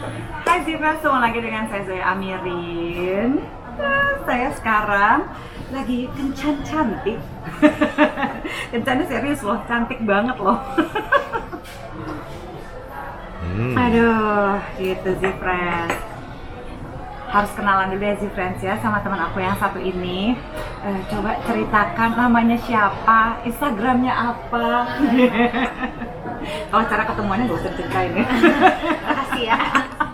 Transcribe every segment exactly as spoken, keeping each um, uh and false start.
Hai Zifra, semua lagi dengan saya Zoya Amirin. Nah, saya sekarang lagi kencan cantik. Kencannya serius loh, cantik banget loh. hmm. Aduh, gitu Zifra. Harus kenalan dulu ya Zifra ya sama teman aku yang satu ini. Uh, coba ceritakan namanya siapa, Instagramnya apa. Kalau cara ketemuannya gak usah ceritain ya. Makasih ya.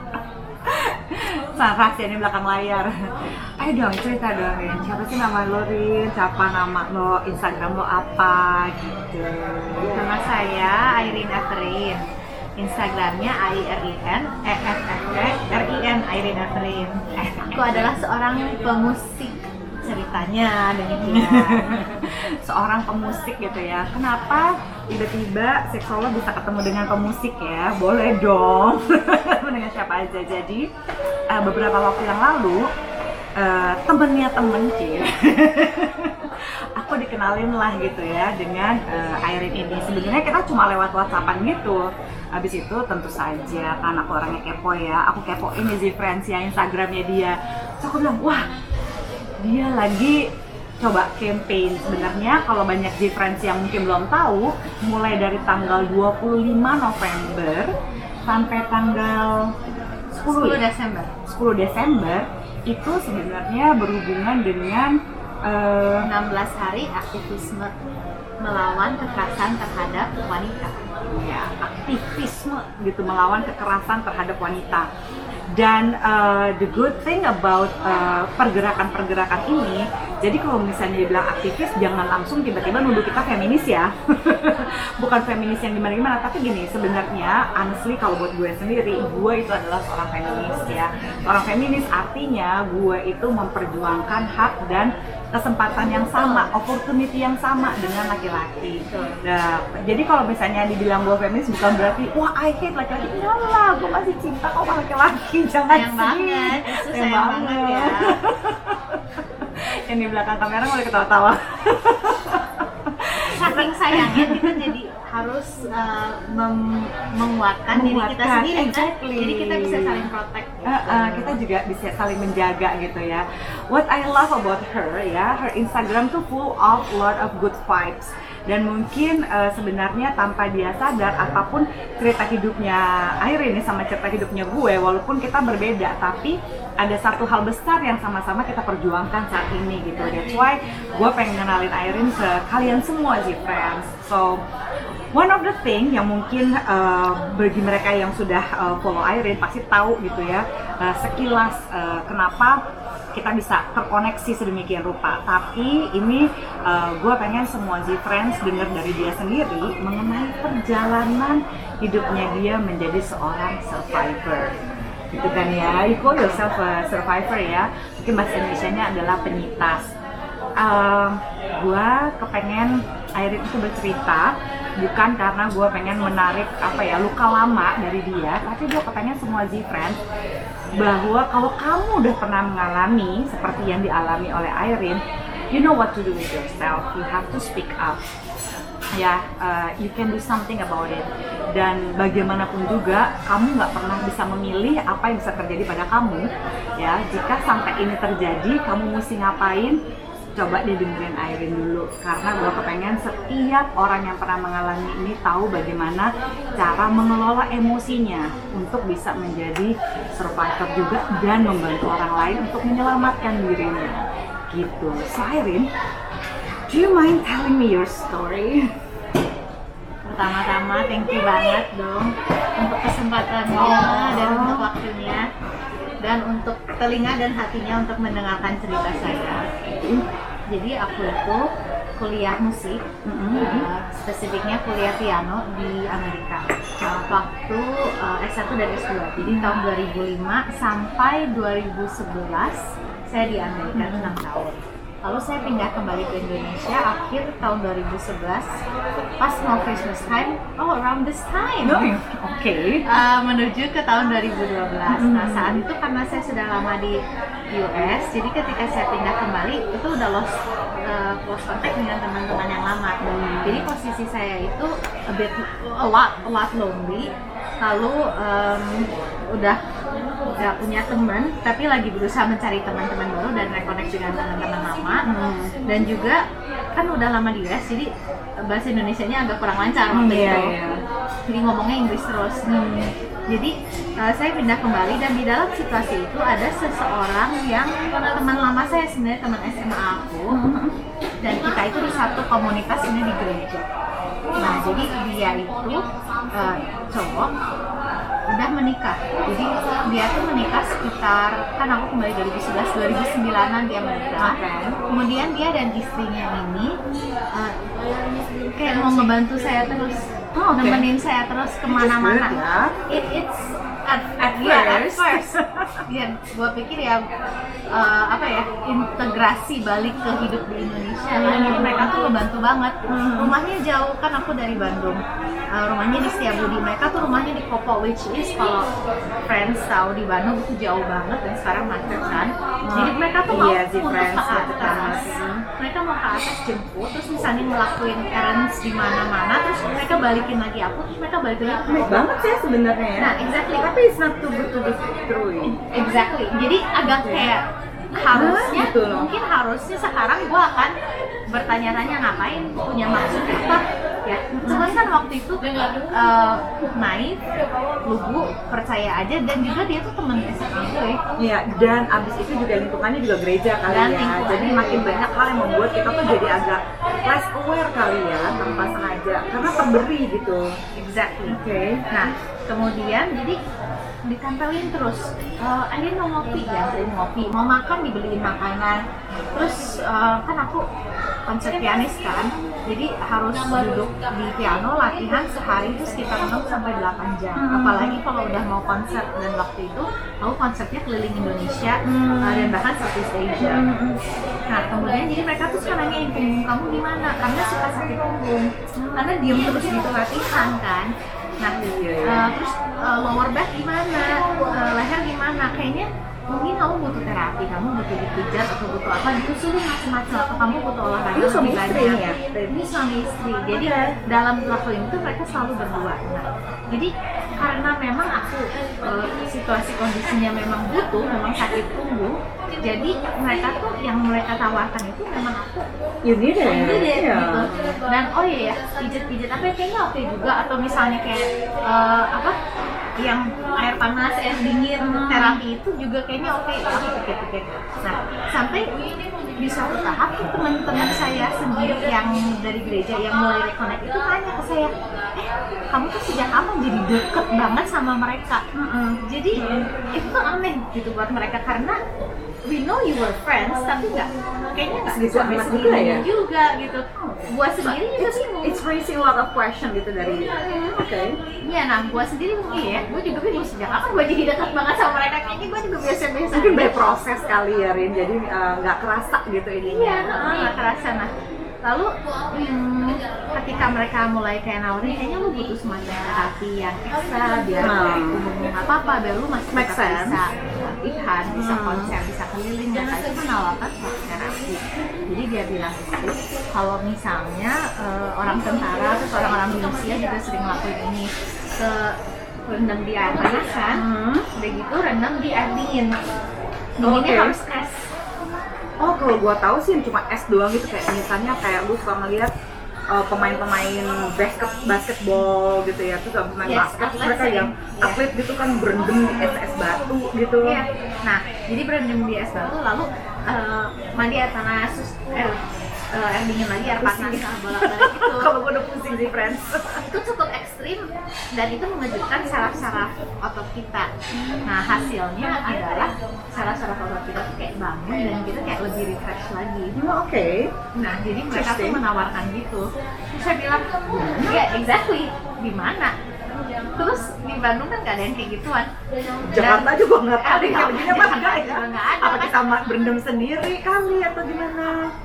Nah, rahasia di belakang layar. Ayo dong cerita dong Rin, siapa sih nama lo Rin, siapa nama lo, Instagram lo apa gitu. Nama saya Airin Everin. Instagramnya A I R I N E F F E R I N Airin Everin. Aku adalah seorang pemusik ceritanya demikian. Seorang pemusik gitu ya. Kenapa tiba-tiba seksolog bisa ketemu dengan pemusik ya? Boleh dong. Dengan siapa aja. Jadi uh, beberapa waktu yang lalu uh, temennya temen sih. Aku dikenalin lah gitu ya dengan uh, Airin ini. Sebenarnya kita cuma lewat WhatsAppan gitu. Habis itu tentu saja karena aku orangnya kepo ya, aku kepoin nih friends ya Instagramnya dia. So aku bilang, wah dia lagi coba campaign. Sebenarnya kalau banyak G-Friends yang mungkin belum tahu, mulai dari tanggal dua puluh lima November sampai tanggal sepuluh Desember sepuluh Desember itu sebenarnya berhubungan dengan uh, enam belas hari aktivisme melawan kekerasan terhadap wanita. Ya, aktivisme gitu melawan kekerasan terhadap wanita. Dan uh, the good thing about uh, pergerakan-pergerakan ini, jadi kalau misalnya dibilang aktivis, jangan langsung tiba-tiba nuduh kita feminis ya. Bukan feminis yang gimana-gimana, tapi gini, sebenarnya honestly kalau buat gue sendiri, gue itu adalah seorang feminis ya. Seorang feminis artinya gue itu memperjuangkan hak dan kesempatan yang sama, opportunity yang sama dengan laki-laki. Nah, jadi kalau misalnya dibilang gue feminis bukan berarti wah I hate laki-laki. Enggak lah, gue masih cinta kok sama laki-laki. Jangan sayang sih. banget, itu sayang, sayang banget, banget ya. Yang di belakang kamera mulai ketawa-tawa. Saking sayangnya kita jadi harus uh, mem- menguatkan, menguatkan diri kita sendiri exactly. Kan? Jadi kita bisa saling protect gitu. uh, uh, kita juga bisa saling menjaga gitu ya. What I love about her ya, her Instagram tuh full of lot of good vibes. Dan mungkin uh, sebenarnya tanpa dia sadar apapun cerita hidupnya Airin ini sama cerita hidupnya gue, walaupun kita berbeda, tapi ada satu hal besar yang sama-sama kita perjuangkan saat ini gitu. That's why gue pengen kenalin Airin ke kalian semua sih friends. So one of the thing yang mungkin uh, bagi mereka yang sudah uh, follow Airin pasti tahu gitu ya, uh, sekilas uh, kenapa kita bisa terkoneksi sedemikian rupa. Tapi ini uh, gue pengen semua Z-Friends dengar dari dia sendiri mengenai perjalanan hidupnya dia menjadi seorang survivor. Gitu kan ya, you call yourself a survivor ya. Mungkin bahasa Indonesianya adalah penyintas. Uh, gue kepengen Airin itu bercerita bukan karena gue pengen menarik apa ya luka lama dari dia, tapi gue kepengen semua Z-Friends bahwa kalau kamu udah pernah mengalami seperti yang dialami oleh Airin, you know what to do with yourself. You have to speak up. Ya, uh, you can do something about it. Dan bagaimanapun juga, kamu nggak pernah bisa memilih apa yang bisa terjadi pada kamu. Ya, jika sampai ini terjadi, kamu mesti ngapain? Coba deh dengerin Airin dulu, karena gue kepengen setiap orang yang pernah mengalami ini tahu bagaimana cara mengelola emosinya untuk bisa menjadi survivor juga dan membantu orang lain untuk menyelamatkan dirinya gitu. So Airin, do you mind telling me your story? Pertama-tama thank you banget dong untuk kesempatannya oh. dan untuk waktunya dan untuk telinga dan hatinya untuk mendengarkan cerita saya. Jadi aku itu kuliah musik, mm-hmm. uh, spesifiknya kuliah piano di Amerika. Uh, waktu uh, S satu dan S dua. Jadi tahun dua ribu lima sampai dua ribu sebelas saya di Amerika enam mm-hmm. tahun. Lalu saya pindah kembali ke Indonesia akhir tahun dua ribu sebelas pas mau Christmas time, oh around this time. No, Oke. Okay. Uh, menuju ke tahun dua ribu dua belas. Mm-hmm. Nah saat itu karena saya sudah lama di U S, jadi ketika saya pindah kembali itu udah lost uh, lost contact dengan teman-teman yang lama. Mm-hmm. Jadi posisi saya itu a bit a lot a lot lonely. Lalu um, udah nggak punya teman tapi lagi berusaha mencari teman-teman baru dan reconnect dengan teman-teman lama. Hmm. Dan juga kan udah lama di U S, jadi bahasa Indonesianya agak kurang lancar waktu hmm, itu. iya, iya. Jadi ngomongnya Inggris terus. Hmm. Jadi uh, saya pindah kembali dan di dalam situasi itu ada seseorang yang teman lama saya, sebenarnya teman S M A aku. Hmm. Dan kita itu di satu komunitas ini di gereja. Nah, jadi dia itu uh, cowok udah menikah. Jadi dia tuh menikah sekitar, kan aku kembali dua ribu sebelas dua ribu sembilanan dia menikah. Okay. Kemudian dia dan istrinya ini uh, kayak mau ngebantu saya terus, oh, okay. nemenin saya terus kemana-mana. Yeah. It, it's at, at yeah, first, at first. Ya, gua pikir ya uh, apa ya integrasi balik ke hidup di Indonesia. Hmm. Kan? Jadi mereka tuh ngebantu banget. Hmm. Rumahnya jauh, kan aku dari Bandung. Uh, rumahnya di Setiabudi, mereka tuh rumahnya di Kopo, which is kalau friends tahu di Bandung itu jauh banget dan sekarang macet kan. Hmm. Jadi mereka tuh mau iya, untuk friends, ke atas, hmm. mereka mau ke atas jemput, terus misalnya ngelakuin errands di mana-mana, terus mereka balikin lagi aku, terus mereka balikin lagi. Baik banget sih sebenarnya ya. Nah, exactly. Tapi it's not too good to be true. Exactly. Jadi agak kayak harusnya, gitu loh. mungkin harusnya sekarang gua akan bertanya-tanya ngapain, punya maksud apa ya. Cuman kan waktu itu uh, naif, lugu, percaya aja, dan juga dia tuh temen S M A gue. Iya, dan abis itu juga lingkungannya juga gereja kali dan ya. Jadi makin banyak hal yang membuat kita tuh jadi agak less aware kali ya, tanpa sengaja, karena terberi gitu. Exactly. Oke. Okay. Nah, kemudian jadi ditempelin terus, uh, Andin mau ngopi ya, Andin ngopi, mau makan dibeliin makanan, terus uh, kan aku konser pianis kan, jadi harus duduk di piano latihan sehari itu sekitar enam sampai delapan jam. Hmm. Apalagi kalau udah mau konser, dan waktu itu aku konsernya keliling Indonesia hmm. uh, dan bahkan Southeast Asia. Hmm. Nah, kemudian jadi mereka tuh suka nanyain, punggung kamu gimana? Karena suka sakit punggung, hmm. karena diem terus gitu latihan kan. Nah, uh, terus uh, lower back gimana, uh, leher gimana? Kayaknya mungkin kamu butuh terapi, kamu butuh dipijat atau butuh apa, disuruh macam-macam, atau kamu butuh olahraga lebih lebih banyak. Ya? Ini suami istri, jadi dalam waktu itu mereka selalu berdua. Nah, jadi karena memang aku uh, situasi kondisinya memang butuh, memang sakit punggung, jadi mereka tuh yang mereka tawarkan itu memang aku you need it, you need it yeah. gitu. Dan oh iya ya, pijat-pijat apa ya, kayaknya oke juga, atau misalnya kayak uh, apa yang air panas, air dingin, hmm. terapi itu juga kayaknya oke, aku pikir-pikir. Nah, sampai di suatu tahap tuh teman-teman saya sendiri yang dari gereja yang mulai reconnect itu tanya ke saya, eh kamu tuh sejak kapan jadi deket banget sama mereka? Mm-hmm. Jadi itu tuh aneh gitu buat mereka, karena we know you were friends, tapi nggak, kayaknya nggak sampai segini ya? juga gitu. Buat sendiri juga bingung. It's raising a lot of question gitu dari. Oke. Okay. Iya, nah buat sendiri mungkin ya, gue juga bingung sejak kapan gue jadi dekat banget sama mereka. Kayaknya gue juga biasa-biasa. Mungkin by proses kali ya, Rin. Jadi nggak uh, kerasa gitu ini. Iya, nggak kerasa. Nah, lalu hmm, ketika mereka mulai kayak nawarin, kayaknya lu butuh semacam terapi yang ekstra biar hmm. ngomong apa-apa, biar lu masih Make bisa latihan, bisa hmm. konser, bisa keliling, dan itu menawarkan suatu terapi. Jadi dia bilang itu kalau misalnya uh, orang tentara atau orang-orang di Rusia juga sering ngelakuin ini, ke rendam di air panas kan, hmm. udah gitu rendam di air dingin. Dinginnya okay. harus es. Oh, kalau gua tahu sih cuma es doang gitu, kayak misalnya kayak lu suka ngeliat uh, pemain-pemain basket basketball gitu ya, tuh pemain yes, basket mereka yang yeah. atlet gitu kan berendam di es-es batu gitu. Yeah. Nah, jadi berendam di es batu, lalu uh, mandi air panas, air, uh, air dingin lagi, air panas, bolak-balik gitu. Kalau gua udah pusing sih, friends. Itu cukup ekstrim dan itu mengejutkan saraf-saraf otot kita. Nah, hasilnya adalah saraf-saraf otot kita tuh kayak bangun dan kita kayak lebih refresh lagi. Oh, oke. Okay. Nah, jadi mereka tuh menawarkan gitu. Terus saya bilang, ya exactly, di mana? Terus di Bandung kan gak ada yang kayak gituan. Jakarta juga nggak ada yang kayak begini, apa enggak ya? Nggak ada. Apa kita berendam sendiri kali atau gimana?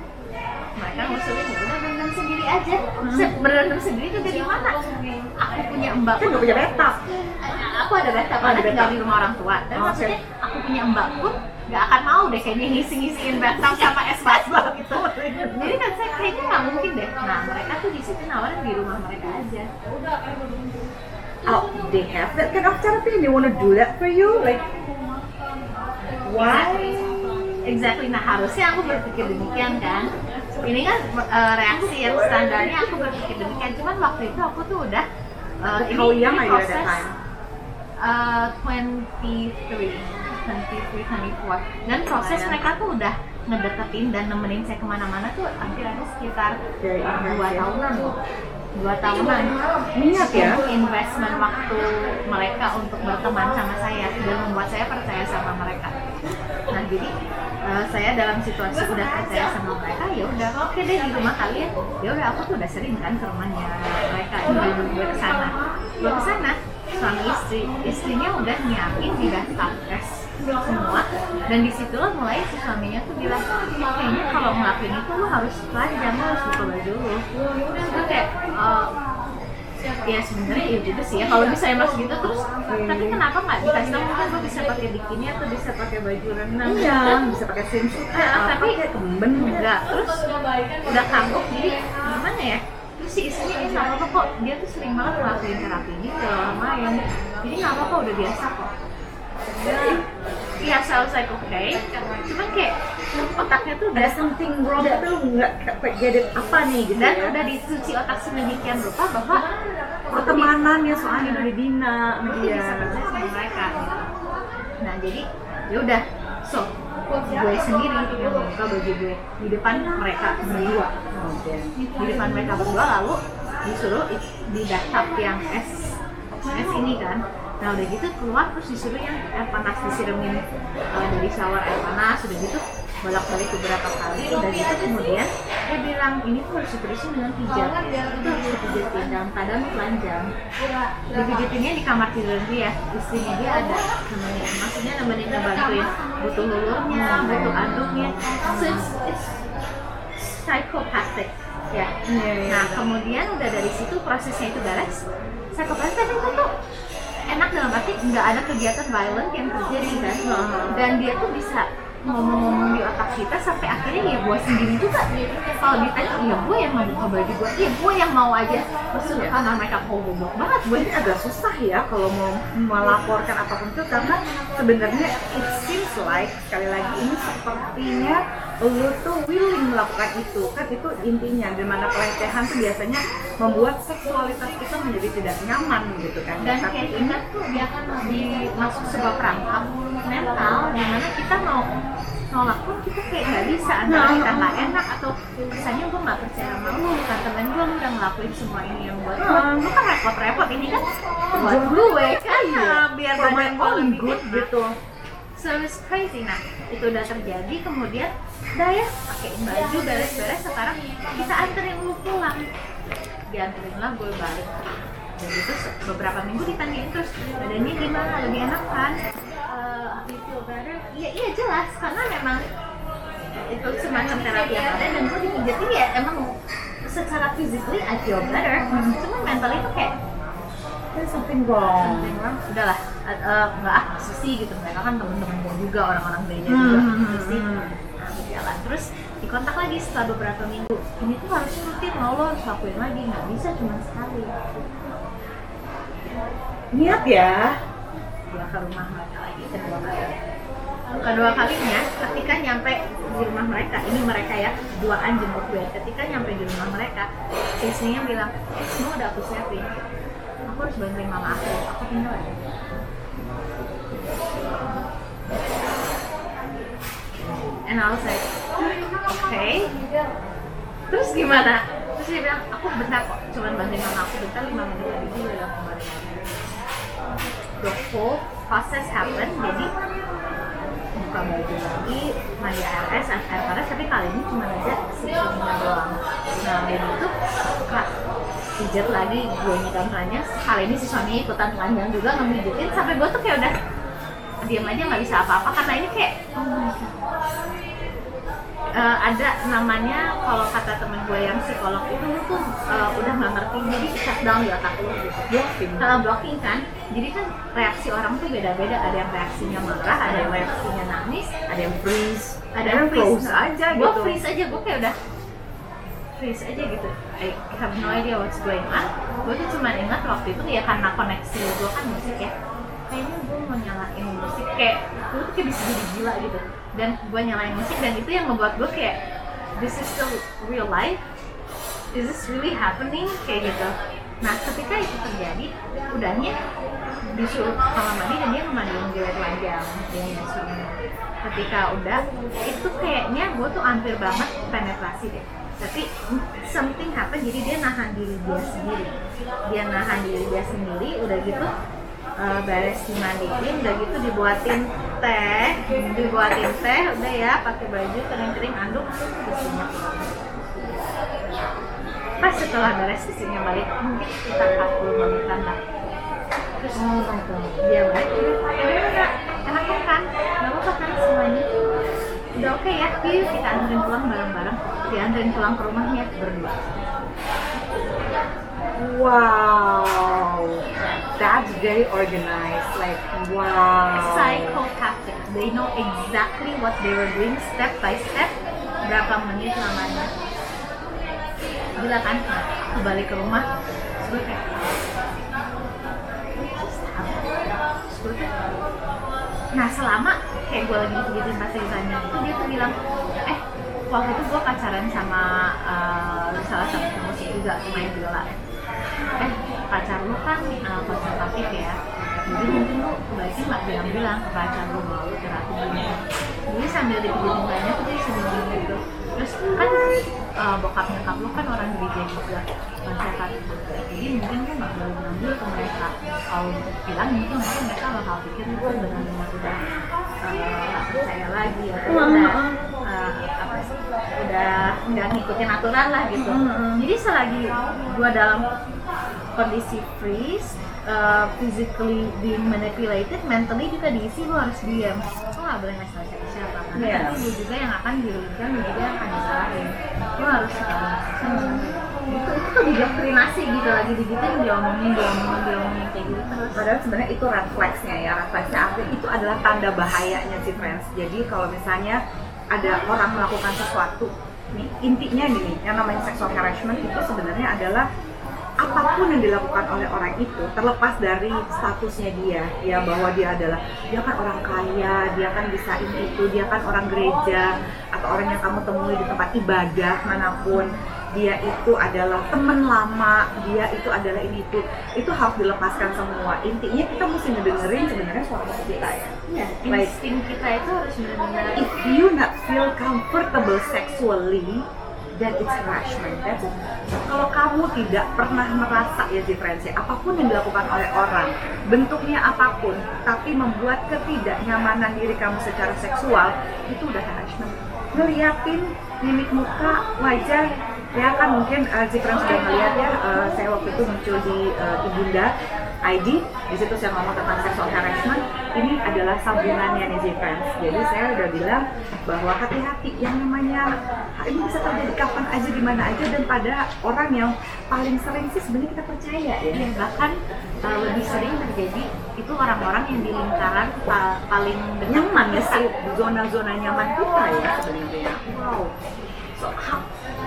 Mereka ngusulin, ya udah berendam sendiri aja. Hmm. Berendam sendiri itu dari mana? Aku punya mbak. Kan nggak punya bathtub. Aku ada bathtub, karena tinggal di rumah orang tua. Dan oh, maksudnya okay. aku punya mbak pun nggak akan mau deh kayaknya ngisi-ngisiin bathtub sama es batu gitu. Jadi kan saya kayaknya nggak mungkin deh. Nah, mereka tuh di situ nawarin di rumah mereka aja. Oh, they have that kind of therapy and they want to do that for you, like Why? Exactly, nah harusnya aku berpikir demikian kan. Ini kan uh, reaksi yang standarnya aku berpikir demikian. Cuman waktu itu aku tuh udah uh, How ini, young ini are you at proses that time? uh, twenty-three, twenty-three, twenty-four. Dan proses Lumayan. mereka tuh udah ngedeketin dan nemenin saya kemana-mana tuh hampir ada sekitar Very uh, dua impressive. tahunan loh. Dua tahunan. Niat ya? Itu investment waktu mereka untuk berteman sama saya dan membuat saya percaya sama mereka. Nah jadi uh, saya dalam situasi udah percaya sama mereka, ya udah oke deh di rumah kalian. Ya udah aku tuh udah sering kan ke rumahnya mereka, juga gue kesana, gue kesana suami istri, istrinya udah nyiapin di daftar tes semua, dan disitulah mulai si suaminya tuh bilang kayaknya kalau ngelakuin itu lu harus telanjang, lu harus buka baju lu. Gue kayak uh, ya sebenarnya ya gitu sih ya kalau misalnya masuk gitu terus, tapi kenapa nggak dikasih tahu mungkin gue bisa pakai bikini atau bisa pakai baju renang? Iya, bisa pakai swimsuit, Eh, tapi kayak kemben. enggak, terus udah kagok jadi gimana ya, terus si istrinya ini nggak apa-apa kok, dia tuh sering banget ngelakuin terapi gitu lumayan, jadi nggak apa-apa, udah biasa kok. Iya, so I was like okay, cuman kayak otaknya tuh udah Ada something wrong tapi lu nggak kayak get it apa nih gitu dan ya. udah dicuci otak sedemikian rupa bahwa Pertemanan ya soalnya udah dibina sama aku dia. bisa percaya sama mereka gitu. Nah jadi ya udah, so gue sendiri yang membuka baju gue di depan mereka berdua, Oke. di depan mereka berdua, lalu disuruh i- di bathtub yang es es ini kan. Nah udah gitu keluar terus disuruh yang air panas disiramin uh, dari shower air panas, udah gitu bolak-balik beberapa kali, udah gitu kemudian dia bilang ini tuh harus diterusin dengan pijat, itu harus dipijatin dalam keadaan telanjang. Dipijatinnya di kamar tidur dia, istrinya dia ada nemenin, maksudnya nemenin ngebantuin butuh lulurnya, butuh anduknya, so it's, it's psychopathic ya. Iya, iya, Nah iya. kemudian udah dari situ prosesnya itu beres, psychopathic itu tuh enak dalam arti nggak ada kegiatan violent yang terjadi kan, dan dia tuh bisa ngomong-ngomong di otak kita sampai akhirnya ya gue sendiri juga kalau ditanya ya gue yang mau buka baju gue, ya gue yang mau aja masuk ke kamar mereka, kok goblok banget gue. Ini agak susah ya kalau mau melaporkan apapun itu karena sebenarnya it seems like sekali lagi ini sepertinya lu tuh willing melakukan itu kan, itu intinya, di mana pelecehan tuh biasanya membuat seksualitas kita menjadi tidak nyaman gitu kan. Dan Tapi kayak ini kita tuh dia akan dimasuk sebuah perangkap mental dimana kita mau nolak pun kita kayak nggak bisa, antara kita nggak enak atau misalnya gue nggak percaya sama lu, bukan temen gue, lu udah ngelakuin semua ini yang buat gue, lu kan repot-repot, ini kan buat gue kan ya, biar for my badan gue own lebih good enak. gitu. So it's crazy. Nah itu udah terjadi, kemudian udah ya pakein baju beres-beres, sekarang kita anterin lu pulang, dianterin lah gue balik. Dan itu se- beberapa minggu ditanyain terus badannya gimana, lebih enak kan? Uh, you feel better? Iya iya jelas, karena memang itu semacam terapi yang ada dan gue dipijatin ya emang secara physically I feel better, cuma mentally itu kayak There's something wrong. something wrong. Udahlah, uh, uh, nggak ah sisi gitu, mereka kan temen-temen gue juga, orang-orang gereja Hmm, juga, hmm, sisi. hmm. Nah, berjalan terus dikontak lagi setelah beberapa minggu, ini tuh harus rutin loh, lo harus lakuin lagi, nggak bisa cuma sekali. Niat ya. Dia ke rumah mereka lagi kedua kali. Kedua kalinya ketika nyampe di rumah mereka, ini mereka ya duaan jemput gue, ketika nyampe di rumah mereka si istrinya bilang semua udah aku siapin, aku harus bantuin mama aku, aku tinggal aja. And I was like, okay, terus gimana? Terus dia bilang, aku bentar kok, cuman bantuin mama aku bentar, lima menit lagi dia udah kembali lagi. The whole process happen, jadi buka baju lagi, mandi air es, air panas, tapi kali ini cuma aja secukupnya doang. Nah dari itu kak pijat lagi, gue nyegang keranjang, kali ini si suaminya ikutan telanjang juga ngemijitin, sampai gue tuh kayak udah diam aja nggak bisa apa-apa karena ini kayak oh my god. Uh, ada namanya, kalau kata temen gue yang psikolog itu lu tuh uh, udah nggak ngerti, jadi shut down di otak lu gitu. Blocking. Kalau blocking kan, jadi kan reaksi orang tuh beda-beda, ada yang reaksinya marah, ada yang reaksinya nangis, Ada yang freeze, ada yang freeze aja gue gitu. freeze aja, gue kayak udah freeze aja gitu. I have no idea what's going on. Gue tuh cuma ingat waktu itu ya karena koneksi gue kan musik ya, kayaknya gue mau nyalain musik, kayak gue tuh kayak bisa jadi gila gitu, dan gue nyalain musik dan itu yang ngebuat gue kayak this is still real life, is this really happening, kayak gitu. Nah ketika itu terjadi, udahnya disuruh kamar mandi dan dia memandiin gue telanjang, dia disuruh. Ketika udah, itu kayaknya gue tuh hampir banget penetrasi deh, tapi something happen, jadi dia nahan diri dia sendiri, dia nahan diri dia sendiri, udah gitu uh, beres dimandiin, udah gitu dibuatin teh, dibuatin teh, udah ya pakai baju kering-kering, anduk, terus senyap. Pas setelah beres isinya balik, mungkin sekitar empat puluh menitan lah. Terus oh, dia balik, udah enak kan, nggak apa-apa kan semuanya, udah oke okay ya, yuk kita anterin pulang bareng-bareng, dianterin pulang ke rumahnya berdua. Wow, that's very organized, like wow. Psychopathic, they know exactly what they were doing step by step, berapa menit lamanya. Gila kan, nah, aku balik ke rumah, terus gue kayak terus gue kayak nah selama kayak gue lagi gitu-gituin pasti ditanya itu, dia tuh bilang, eh waktu itu gue pacaran sama uh, salah satu pemusik juga, main biola. Eh pacar lu kan uh, konservatif ya, jadi mungkin lu baiknya nggak bilang-bilang ke pacar lu mau lu terapi gini. Jadi sambil dipijitin banyak tuh dia senyum gitu. Terus kan uh, bokap nyokap lu kan orang gereja juga, konservatif juga. Jadi mungkin lu nggak boleh bilang dulu ke mereka. Kalau bilang mungkin mungkin mereka bakal pikir lu benar-benar udah nggak uh, percaya lagi atau udah uh, apa sih, udah nggak ngikutin aturan lah gitu. Jadi selagi gua dalam kondisi freeze, uh, physically being manipulated, mentally juga diisi lu harus diam, lu nggak boleh ngasih tahu siapa-siapa karena yes. nanti lu juga yang akan dirugikan, lu juga yang akan disalahin, lu harus uh, hmm. itu itu tuh didoktrinasi gitu, lagi digituin diomongin diomongin diomongin kayak gitu terus. Padahal sebenarnya itu red flags-nya ya, red flags-nya artinya itu adalah tanda bahayanya sih friends. Jadi kalau misalnya ada orang melakukan sesuatu, nih, intinya gini, yang namanya sexual harassment itu sebenarnya adalah apapun yang dilakukan oleh orang itu, terlepas dari statusnya dia, ya bahwa dia adalah, dia kan orang kaya, dia kan bisa ini itu, dia kan orang gereja, atau orang yang kamu temui di tempat ibadah manapun, dia itu adalah teman lama, dia itu adalah ini itu, itu harus dilepaskan semua. Intinya kita mesti ngedengerin sebenarnya suara hati kita ya. Iya, Like, insting kita itu harus benar-benar. if you not feel comfortable sexually, then it's harassment. That's it. Kalau kamu tidak pernah merasa ya difference, apapun yang dilakukan oleh orang, bentuknya apapun, tapi membuat ketidaknyamanan diri kamu secara seksual, itu udah harassment. Ngeliatin mimik muka, wajah, ya kan mungkin uh, Zifran sudah melihat ya, uh, saya waktu itu muncul di uh, Ibunda I D, di situ saya ngomong tentang sexual harassment. Ini adalah sambungannya nih Zifran. Jadi saya udah bilang bahwa hati-hati, yang namanya ini bisa terjadi kapan aja, di mana aja, dan pada orang yang paling sering sih sebenarnya kita percaya ya. Ya, bahkan uh, lebih sering terjadi itu orang-orang yang di lingkaran pa- paling Nyaman ya sih, zona-zona nyaman kita ya sebenarnya. Wow. So how,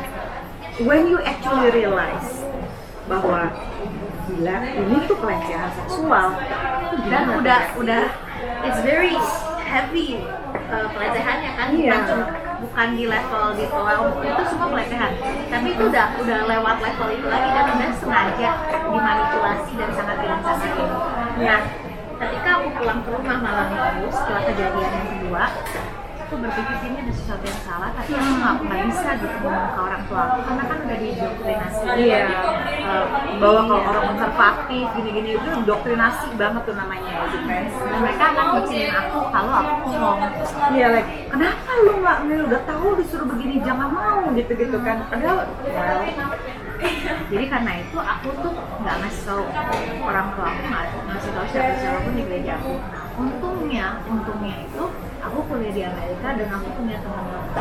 when you actually realize bahwa gila ini tuh pelecehan seksual, dan udah udah it's very heavy uh, pelecehannya kan, Iya. bukan cuma- bukan di level di bawah itu semua pelecehan, tapi itu udah udah lewat level itu lagi dan udah sengaja dimanipulasi dan sangat direncanain. Nah, ketika aku pulang ke rumah malam itu setelah kejadian yang kedua, aku berpikir ini ada sesuatu yang salah, tapi aku nggak nggak bisa gitu ngomong ke orang tua aku karena kan udah didoktrinasi. Iya. Uh, bahwa kalau iya. orang konservatif gini-gini itu doktrinasi banget tuh namanya ya, Zifran. Dan mereka akan ngecilin aku kalau aku ngomong. Iya, like, kenapa lu nggak, lu udah tahu disuruh begini, jangan mau gitu-gitu kan. Padahal, well, Jadi karena itu aku tuh nggak ngasih tahu orang tua aku, nggak ngasih tahu siapa-siapa pun di gereja aku. Nah, untungnya, untungnya itu aku kuliah di Amerika dan aku punya teman-teman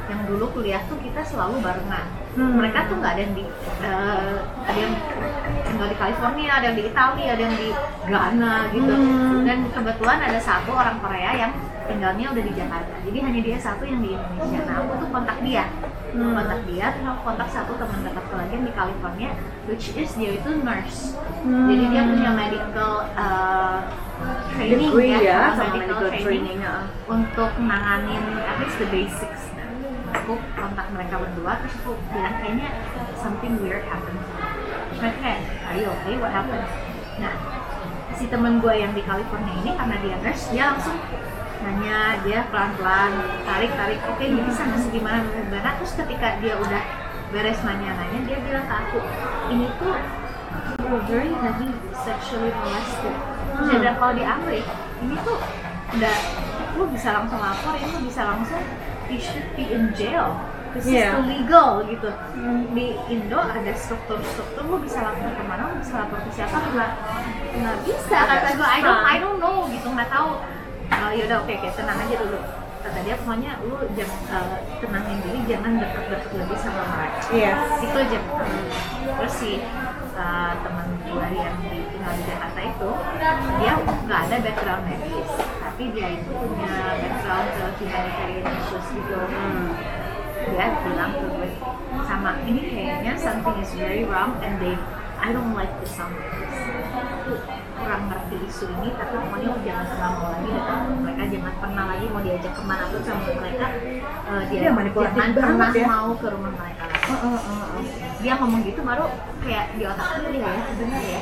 yang dulu kuliah tuh kita selalu barengan. Hmm. Mereka tuh nggak ada yang di uh, ada yang tinggal di California, ada yang di Italia, ada yang di Ghana gitu. Hmm. Dan kebetulan ada satu orang Korea yang tinggalnya udah di Jakarta. Jadi hanya dia satu yang di Indonesia. Nah aku tuh kontak dia, hmm. kontak dia, terus aku kontak satu teman dekatku lagi yang di California, which is dia itu nurse. Hmm. Jadi dia punya medical uh, training Degree, ya, ya sama sama medical, medical training, training uh. untuk nanganin at least the basics. Aku kontak mereka berdua, terus aku bilang kayaknya something weird happened. Terus mereka kayak, are you okay? What happened? Nah, si temen gue yang di California ini karena dia nurse, dia langsung nanya, dia pelan-pelan tarik-tarik, oke okay, jadi sana gimana gimana. Terus ketika dia udah beres nanya-nanya, dia bilang ke aku, ini tuh we're very heavy sexually molested. Hmm. Jadi kalau di Amerika, ini tuh udah, lu bisa langsung lapor, ini lu bisa langsung you should be in jail, this yeah. is illegal gitu. Hmm. Di Indo ada struktur-struktur, lu bisa lapor kemana, lu bisa lapor ke siapa, nggak nggak bisa. Kata gue, I don't, I don't know gitu, nggak tahu. Uh, yaudah oke, okay, okay, tenang aja dulu. Kata dia pokoknya lu jangan uh, tenangin diri, jangan dekat-dekat lebih sama mereka. Iya. Yes. Itu aja. Terus si uh, teman gue yang di, tinggal di Jakarta itu, dia nggak ada background medis, tapi dia itu punya background ke humanitarian issues gitu. Hmm. Dia bilang ke gue, sama ini kayaknya something is very wrong and they, I don't like the sound of this. Aku kurang ngerti isu ini, tapi pokoknya oh, jangan pernah mau lagi dekat mereka, jangan pernah lagi mau diajak kemana pun sama mereka. Uh, dia ya, jangan pernah ya. mau ke rumah mereka lagi. Uh, uh, uh, uh. Dia ngomong gitu baru kayak di otak aku ya, ya benar ya.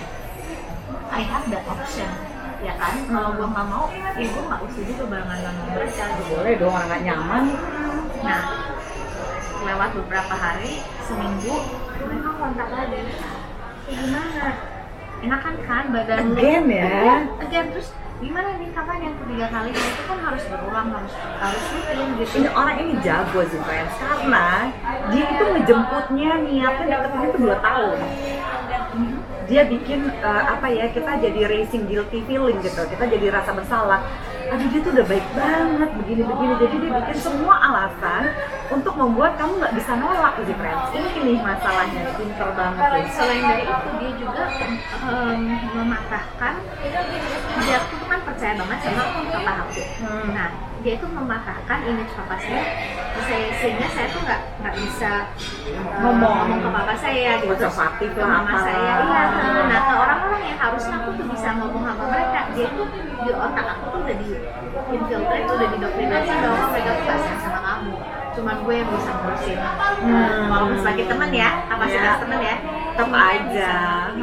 I have that option, ya kan? Hmm. Kalau gue nggak mau, ya gue nggak usah juga barengan sama mereka. Boleh dong, orang nggak nyaman. Nah, lewat beberapa hari, seminggu, mereka kontak lagi. Gimana? Enakan kan badan again lu? ya? Again, terus gimana nih, kapan yang ketiga kali itu kan harus berulang, harus harus rutin gitu. Ini orang ini jago sih friends, karena dia itu ngejemputnya, niatnya deketin itu dua tahun. Dia bikin uh, apa ya, kita jadi racing guilty feeling gitu, kita jadi rasa bersalah. Aduh dia tuh udah baik banget, begini-begini. Jadi dia bikin semua alasan untuk membuat kamu nggak bisa nolak sih friends. Ini nih masalahnya, pinter banget deh. Selain dari itu dia juga um, mematahkan, dia tuh kan percaya banget sama papa aku. Hmm. Nah dia itu mematahkan image papa saya, saya sehingga saya tuh nggak nggak bisa uh, ngomong ngomong ke papa saya gitu, ke mama saya. Iya. Nah ke orang-orang yang harusnya aku tuh bisa ngomong sama mereka, dia tuh di otak aku tuh udah di infiltrate, udah didoktrinasi bahwa mereka tuh gak sayang sama kamu, cuman gue yang bisa ngurusin. Hmm. Walaupun sebagai teman ya, kapasitas yeah. teman ya, tetap aja.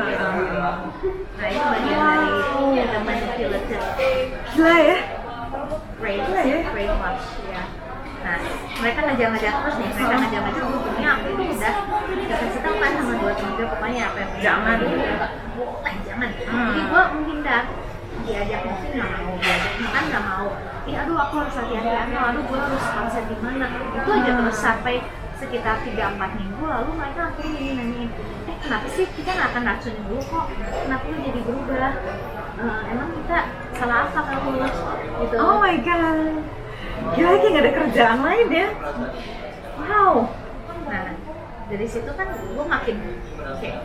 Nah itu bagian dari the manipulative. Gila ya. Brain, ya? Brainwash ya. Nah, mereka ngajar-ngajar terus nih, mereka ngajar-ngajar pokoknya aku itu udah dikasih tau kan sama dua temen gue, pokoknya apa yang jangan gitu, boleh jangan. Hmm. Jadi gue menghindar, diajak ngopi nggak mau, diajak makan nggak mau. Ih aduh aku harus latihan-latihan, aduh gue harus konser di mana. Itu aja terus sampai sekitar tiga empat minggu lalu mereka akhirnya ini nanyain, eh kenapa sih kita nggak akan racunin dulu kok, kenapa lu jadi berubah? Uh, emang kita salah apa kamu gitu? Oh my god, gila kayak gak ada kerjaan lain ya. Wow. Nah dari situ kan gue makin kayak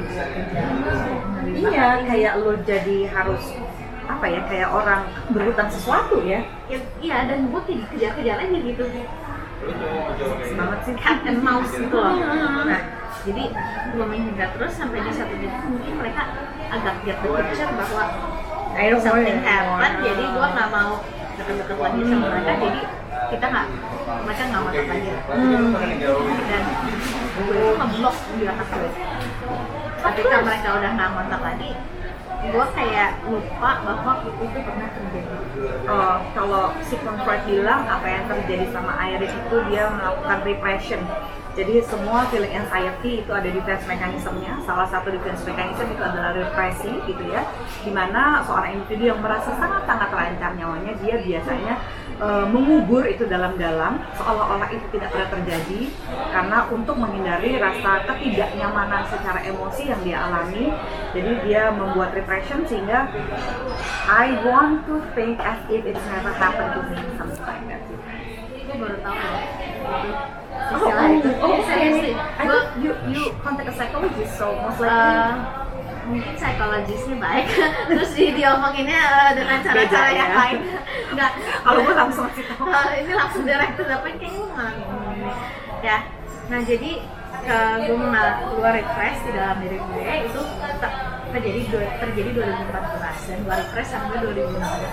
iya kayak lo jadi harus apa ya, kayak orang berhutang sesuatu ya. Ya iya, dan gue kayak dikejar-kejar lagi gitu. Semangat sih, cat and mouse gitu loh. Nah jadi gue menghindar terus sampai di satu titik mungkin mereka agak get the picture bahwa something happen, jadi gue nggak mau deket-deket lagi sama mereka, jadi kita nggak, mereka nggak kontak lagi. Hmm. Dan gue itu ngeblok di otak gue. Ketika mereka udah nggak kontak lagi, gue kayak lupa bahwa itu pernah terjadi. Oh, kalau Sigmund Freud bilang apa yang terjadi sama Iris itu dia melakukan repression. Jadi semua feeling anxiety itu ada defense mekanismenya. Salah satu defense mechanism itu adalah represi gitu ya. Dimana seorang individu yang merasa sangat-sangat terancam nyawanya, dia biasanya e, mengubur itu dalam-dalam seolah-olah itu tidak pernah terjadi, karena untuk menghindari rasa ketidaknyamanan secara emosi yang dia alami. Jadi dia membuat repression sehingga I want to think as if it's never happened to me, something like that. gue baru tahu loh itu istilah itu. Oh, Jadi seriously, I gue thought you you contact a psychologist, so most likely. uh, mungkin psikologisnya baik terus di diomonginnya uh, dengan cara-cara Beda, yang ya? lain. Enggak, Kalau gue langsung ngasih tahu. Uh, ini langsung direct to the point, kayaknya gue malah ngomong ini ya. Nah jadi uh, gue mengal gue refresh di dalam diri gue itu ter terjadi terjadi dua ribu empat belas dan gue refresh sampai dua ribu enam belas.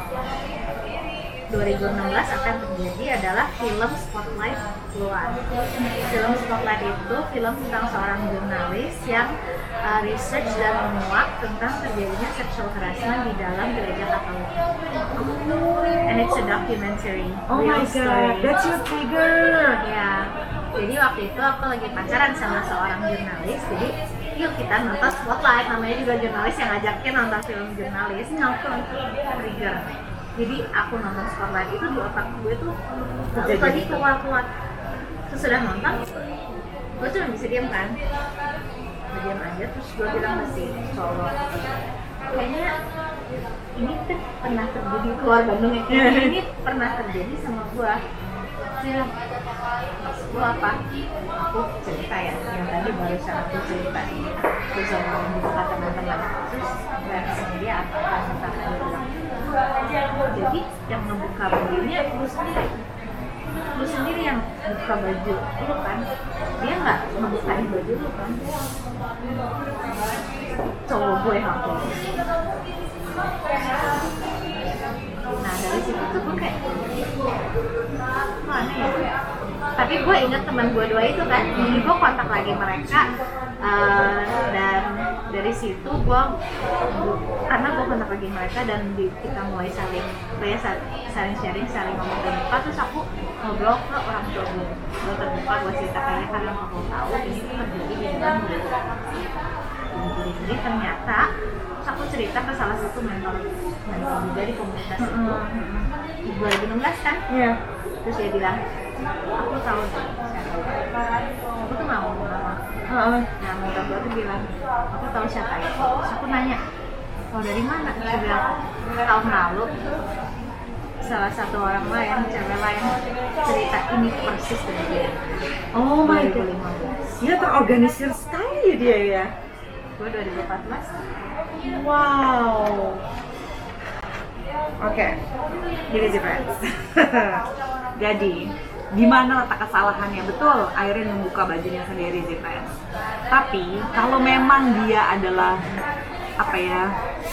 dua ribu enam belas apa yang terjadi adalah film Spotlight keluar. Film Spotlight itu film tentang seorang jurnalis yang uh, research dan menguak tentang terjadinya sexual harassment di dalam gereja Katolik. And it's a documentary. Oh real my god, story. that's your trigger. Ya, jadi waktu itu aku lagi pacaran sama seorang jurnalis, jadi yuk kita nonton Spotlight, namanya juga jurnalis yang ngajakin nonton film jurnalis, nonton trigger. Jadi aku nonton Spotlight itu di otak gue tuh lagi keluar-keluar. Sesudah nonton, gue cuma bisa diam kan, gue diam aja, terus gue bilang ke si cowok, kayaknya ini tuh pernah terjadi keluar Bandung ya, kayaknya ini pernah terjadi sama gue. Dia maksud gue apa? Aku cerita ya, yang tadi barusan aku cerita terus sama membuka teman-teman. Terus reaksinya dia apa? Kata dia bilang, jadi yang ngebuka bajunya lu sendiri, lu sendiri yang buka baju lu kan, dia nggak ngebukain baju lu kan. Cowok gue aku. Nah dari situ tuh gue kayak kok aneh ya. Tapi gue inget teman gue dua itu kan, jadi gue kontak lagi mereka uh, dan dari situ gue karena gue kontak lagi mereka dan di, kita mulai saling ya, saling sharing, saling ngomong terbuka, terus aku ngobrol ke orang tua gue, gue terbuka, gue cerita kayaknya karena mau tahu ini tuh terjadi di dalam diri. Jadi, jadi ternyata terus aku cerita ke salah satu mentor mentor juga di komunitas itu di dua ribu enam belas kan. Iya. Terus dia bilang, aku tahu siapa, aku tuh nggak ngomong nama. Heeh. Nah mentor gue tuh bilang, aku tahu siapa itu. Terus aku nanya, oh dari mana? Dia bilang, tahun lalu salah satu orang lain, cewek lain cerita ini persis dengan dia. Oh my god. dua ribu lima belas. Dia terorganisir sekali ya dia ya. Gue dua ribu empat belas. Wow. Oke, okay. Gini sih friends. Jadi, di mana letak kesalahannya? Betul, Irene membuka bajunya sendiri sih friends. Tapi kalau memang dia adalah apa ya,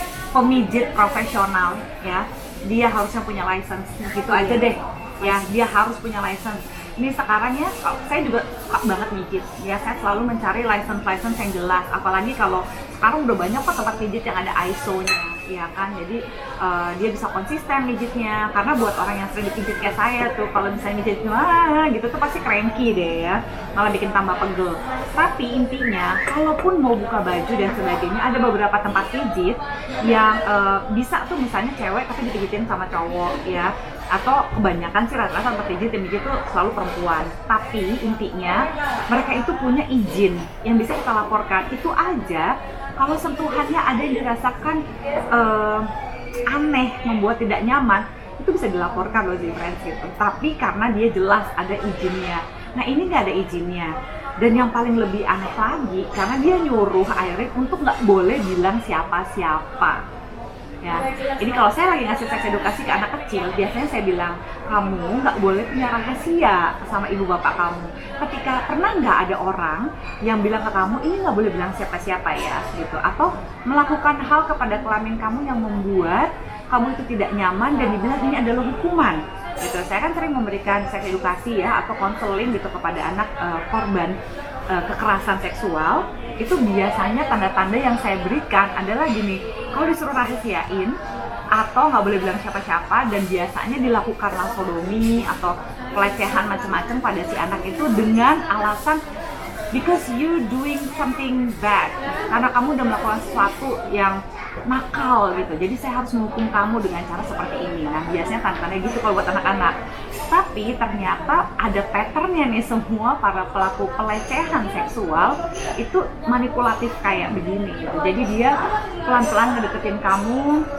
pemijit profesional ya, dia harusnya punya license. Gitu aja deh. Ya, dia harus punya license. Ini sekarang ya, saya juga suka banget mijit. Ya, saya selalu mencari license-license yang jelas. Apalagi kalau sekarang udah banyak kok tempat mijit yang ada I S O-nya, ya kan. Jadi uh, dia bisa konsisten mijitnya. Karena buat orang yang sering dipijit kayak saya tuh, kalau misalnya mijit wah gitu tuh pasti cranky deh ya, malah bikin tambah pegel. Tapi intinya, kalaupun mau buka baju dan sebagainya, ada beberapa tempat pijit yang uh, bisa tuh misalnya cewek tapi dipijitin sama cowok ya. Atau kebanyakan sih rata-rata tempat pijit yang mijit tuh selalu perempuan. Tapi intinya mereka itu punya izin yang bisa kita laporkan. Itu aja kalau sentuhannya ada yang dirasakan uh, aneh, membuat tidak nyaman, itu bisa dilaporkan loh sih friends gitu. Tapi karena dia jelas ada izinnya. Nah ini nggak ada izinnya. Dan yang paling lebih aneh lagi, karena dia nyuruh Irene untuk nggak boleh bilang siapa-siapa. Ya, ini kalau saya lagi ngasih seks edukasi ke anak kecil, biasanya saya bilang, kamu nggak boleh punya rahasia sama ibu bapak kamu. Ketika pernah nggak ada orang yang bilang ke kamu, ini nggak boleh bilang siapa-siapa ya, gitu. Atau melakukan hal kepada kelamin kamu yang membuat kamu itu tidak nyaman dan dibilang ini adalah hukuman. Gitu. Saya kan sering memberikan seks edukasi ya, atau konseling gitu kepada anak uh, korban uh, kekerasan seksual. Itu biasanya tanda-tanda yang saya berikan adalah gini, kalau disuruh rahasiain atau nggak boleh bilang siapa-siapa, dan biasanya dilakukanlah sodomi atau pelecehan macam-macam pada si anak itu dengan alasan because you doing something bad, karena kamu udah melakukan sesuatu yang nakal gitu, jadi saya harus menghukum kamu dengan cara seperti ini. Nah biasanya tanda-tanda gitu kalau buat anak-anak. Tapi ternyata ada patternnya nih, semua para pelaku pelecehan seksual itu manipulatif kayak begini gitu. Jadi dia pelan-pelan ngedeketin kamu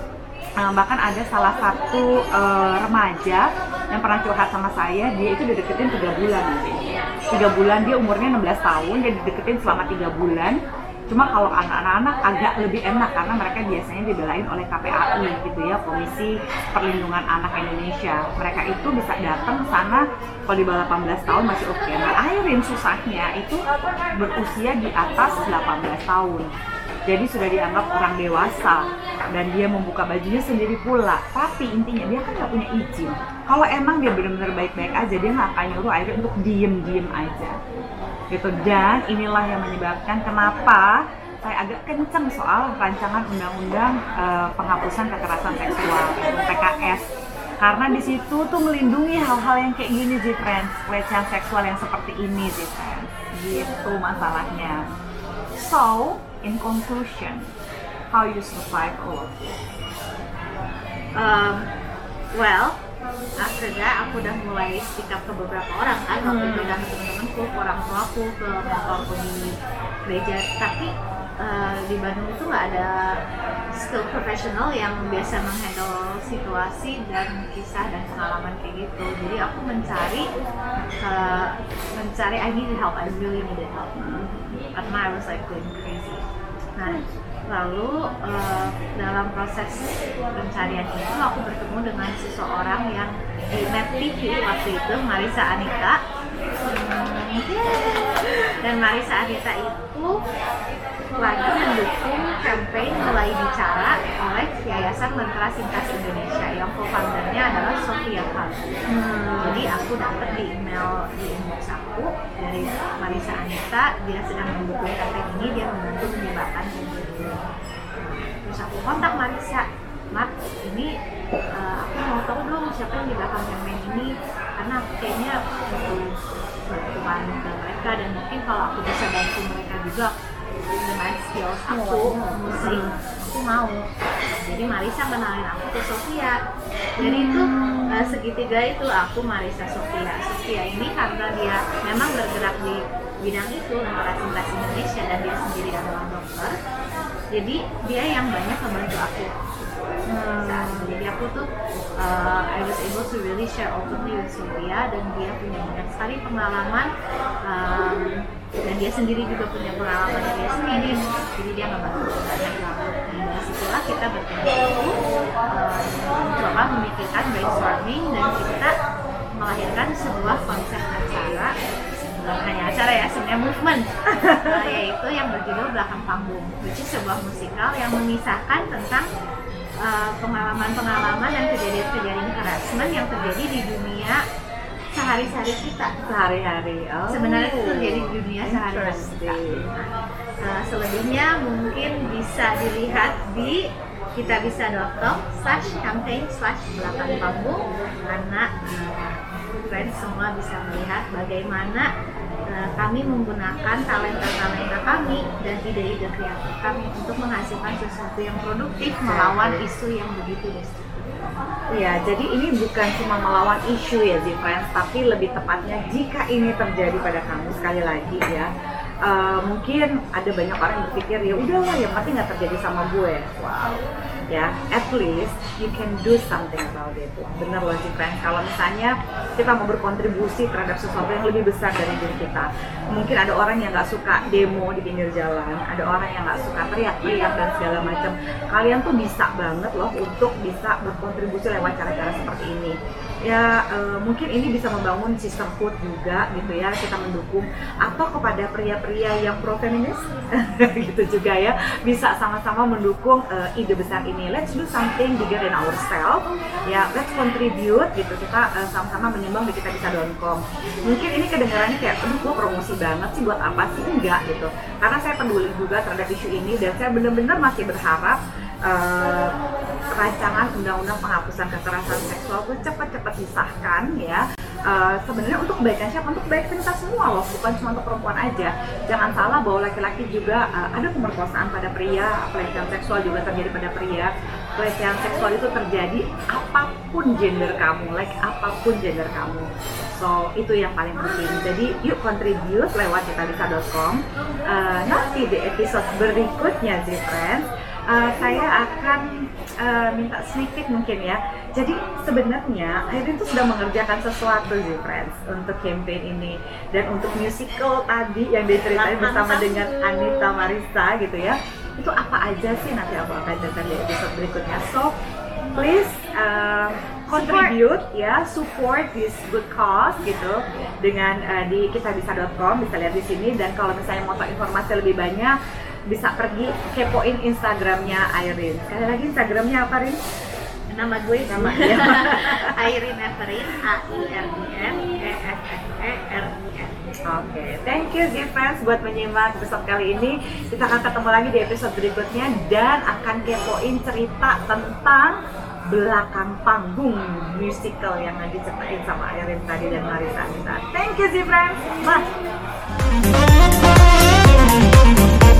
Uh, bahkan ada salah satu uh, remaja yang pernah curhat sama saya, dia itu dideketin tiga bulan nanti. tiga bulan, dia umurnya enam belas tahun, dia dideketin selama tiga bulan. Cuma kalau anak-anak agak lebih enak karena mereka biasanya dibelain oleh K P A I gitu ya, Komisi Perlindungan Anak Indonesia. Mereka itu bisa datang ke sana kalau di bawah delapan belas tahun masih oke. Nah, Airin susahnya itu berusia di atas delapan belas tahun. Jadi sudah dianggap orang dewasa dan dia membuka bajunya sendiri pula. Tapi intinya dia kan nggak punya izin. Kalau emang dia benar-benar baik-baik aja, dia nggak akan nyuruh Airin untuk diem-diem aja. Gitu. Dan inilah yang menyebabkan kenapa saya agak kenceng soal rancangan undang-undang uh, penghapusan kekerasan seksual P K S, karena di situ tuh melindungi hal-hal yang kayak gini sih friends, pelecehan seksual yang seperti ini sih friends, gitu masalahnya. So in conclusion, how you survive all of this? Um, well, after that aku udah mulai speak up ke beberapa orang kan, waktu itu udah ke temen-temenku, ke orang tuaku, ke mentorku di gereja. Tapi uh, di Bandung itu nggak ada skill profesional yang biasa menghandle situasi dan kisah dan pengalaman kayak gitu. Jadi aku mencari uh, mencari I needed help, I really needed help karena I was like going crazy. Nah, lalu uh, dalam proses pencarian itu aku bertemu dengan seseorang yang di Net T V waktu itu, Marissa Anita. Hmm, dan Marissa Anita itu lagi mendukung campaign Mulai Bicara oleh Yayasan Lentera Sintas Indonesia yang co-foundernya adalah Sofia Khan. Hmm. Jadi aku dapat di email di inbox aku dari Marissa Anita, dia sedang mendukung campaign ini, dia membantu menyebarkan campaign ini. Terus aku kontak Marissa, Mat, ini uh, aku mau tahu dong siapa yang di belakang campaign ini, karena aku kayaknya butuh bantuan ke mereka dan mungkin kalau aku bisa bantu mereka juga dengan skills aku musik, aku mau. Jadi Marissa kenalin aku ke Sofia. Jadi itu uh, segitiga itu aku, Marissa, Sofia. Sofia ini karena dia memang bergerak di bidang itu, Lentera Sintas Indonesia, dan dia sendiri adalah dokter. Jadi dia yang banyak membantu aku. Hmm. Jadi aku tuh uh, I was able to really share openly with Sofia, dan dia punya banyak sekali pengalaman, um, dan dia sendiri juga punya pengalaman dia sendiri. Jadi dia ngebantu banyak banget. Dan dari situlah kita bertemu uh, coba memikirkan brainstorming dan kita melahirkan sebuah konsep acara. Bukan hanya acara ya, sebenarnya movement, uh, yaitu yang berjudul Belakang Panggung, which is sebuah musikal yang memisahkan tentang uh, pengalaman-pengalaman dan kejadian-kejadian harassment yang terjadi di dunia sehari-hari kita. Sehari-hari, oh. Sebenarnya itu terjadi di dunia sehari-hari kita. Uh, selebihnya mungkin bisa dilihat di kitabisa dot com slash campaign slash belakang panggung, karena uh, friends semua bisa melihat bagaimana uh, kami menggunakan talenta-talenta kami dan ide-ide kreatif kami untuk menghasilkan sesuatu yang produktif melawan isu yang begitu destruktif. Iya, jadi ini bukan cuma melawan isu ya sih friends, tapi lebih tepatnya jika ini terjadi pada kamu, sekali lagi ya, uh, mungkin ada banyak orang yang berpikir ya udahlah yang penting nggak terjadi sama gue. Wow, ya, at least you can do something about it. Bener loh sih friends, kalau misalnya kita mau berkontribusi terhadap sesuatu yang lebih besar dari diri kita. Mungkin ada orang yang nggak suka demo di pinggir jalan, ada orang yang nggak suka teriak-teriak dan segala macam. Kalian tuh bisa banget loh untuk bisa berkontribusi lewat cara-cara seperti ini. Ya uh, mungkin ini bisa membangun sisterhood juga gitu ya, kita mendukung, atau kepada pria-pria yang pro feminis gitu juga ya, bisa sama-sama mendukung uh, ide besar ini. Let's do something bigger than ourselves ya, let's contribute gitu, kita uh, sama-sama menyumbang di kitabisa dot com. Mungkin ini kedengarannya kayak aduh gue promosi banget sih, buat apa sih? Enggak gitu, karena saya peduli juga terhadap isu ini dan saya benar-benar masih berharap Uh, rancangan undang-undang penghapusan kekerasan seksual itu cepat-cepat disahkan ya. Uh, sebenarnya untuk kebaikan siapa? Untuk kebaikan kita semua loh, bukan cuma untuk perempuan aja. Jangan salah bahwa laki-laki juga uh, ada pemerkosaan pada pria, pelecehan seksual juga terjadi pada pria. Pelecehan seksual itu terjadi apapun apapun gender kamu, like apapun gender kamu. So itu yang paling penting. Jadi yuk contribute lewat kitabisa dot com. Uh, nanti di episode berikutnya sih friends, uh, saya akan uh, minta sedikit mungkin ya. Jadi sebenarnya Irene tuh sudah mengerjakan sesuatu sih friends untuk campaign ini, dan untuk musical tadi yang diceritain bersama dengan Anita Marissa gitu ya. Itu apa aja sih nanti aku akan cerita di episode berikutnya. So please uh, contribute support. Ya, support this good cause gitu dengan uh, di kitabisa dot com, bisa lihat di sini. Dan kalau misalnya mau tahu informasi lebih banyak, bisa pergi kepoin Instagramnya Irene. Sekali lagi Instagramnya apa, Rin? Nama gue Nama ya. Irene Everin, A I R I N E F F E R I N. Oke, thank you dear friends buat menyimak episode kali ini. Kita akan ketemu lagi di episode berikutnya dan akan kepoin cerita tentang belakang panggung musical yang nanti ceritain sama Irene tadi dan Marissa. Thank you dear friends. Bye.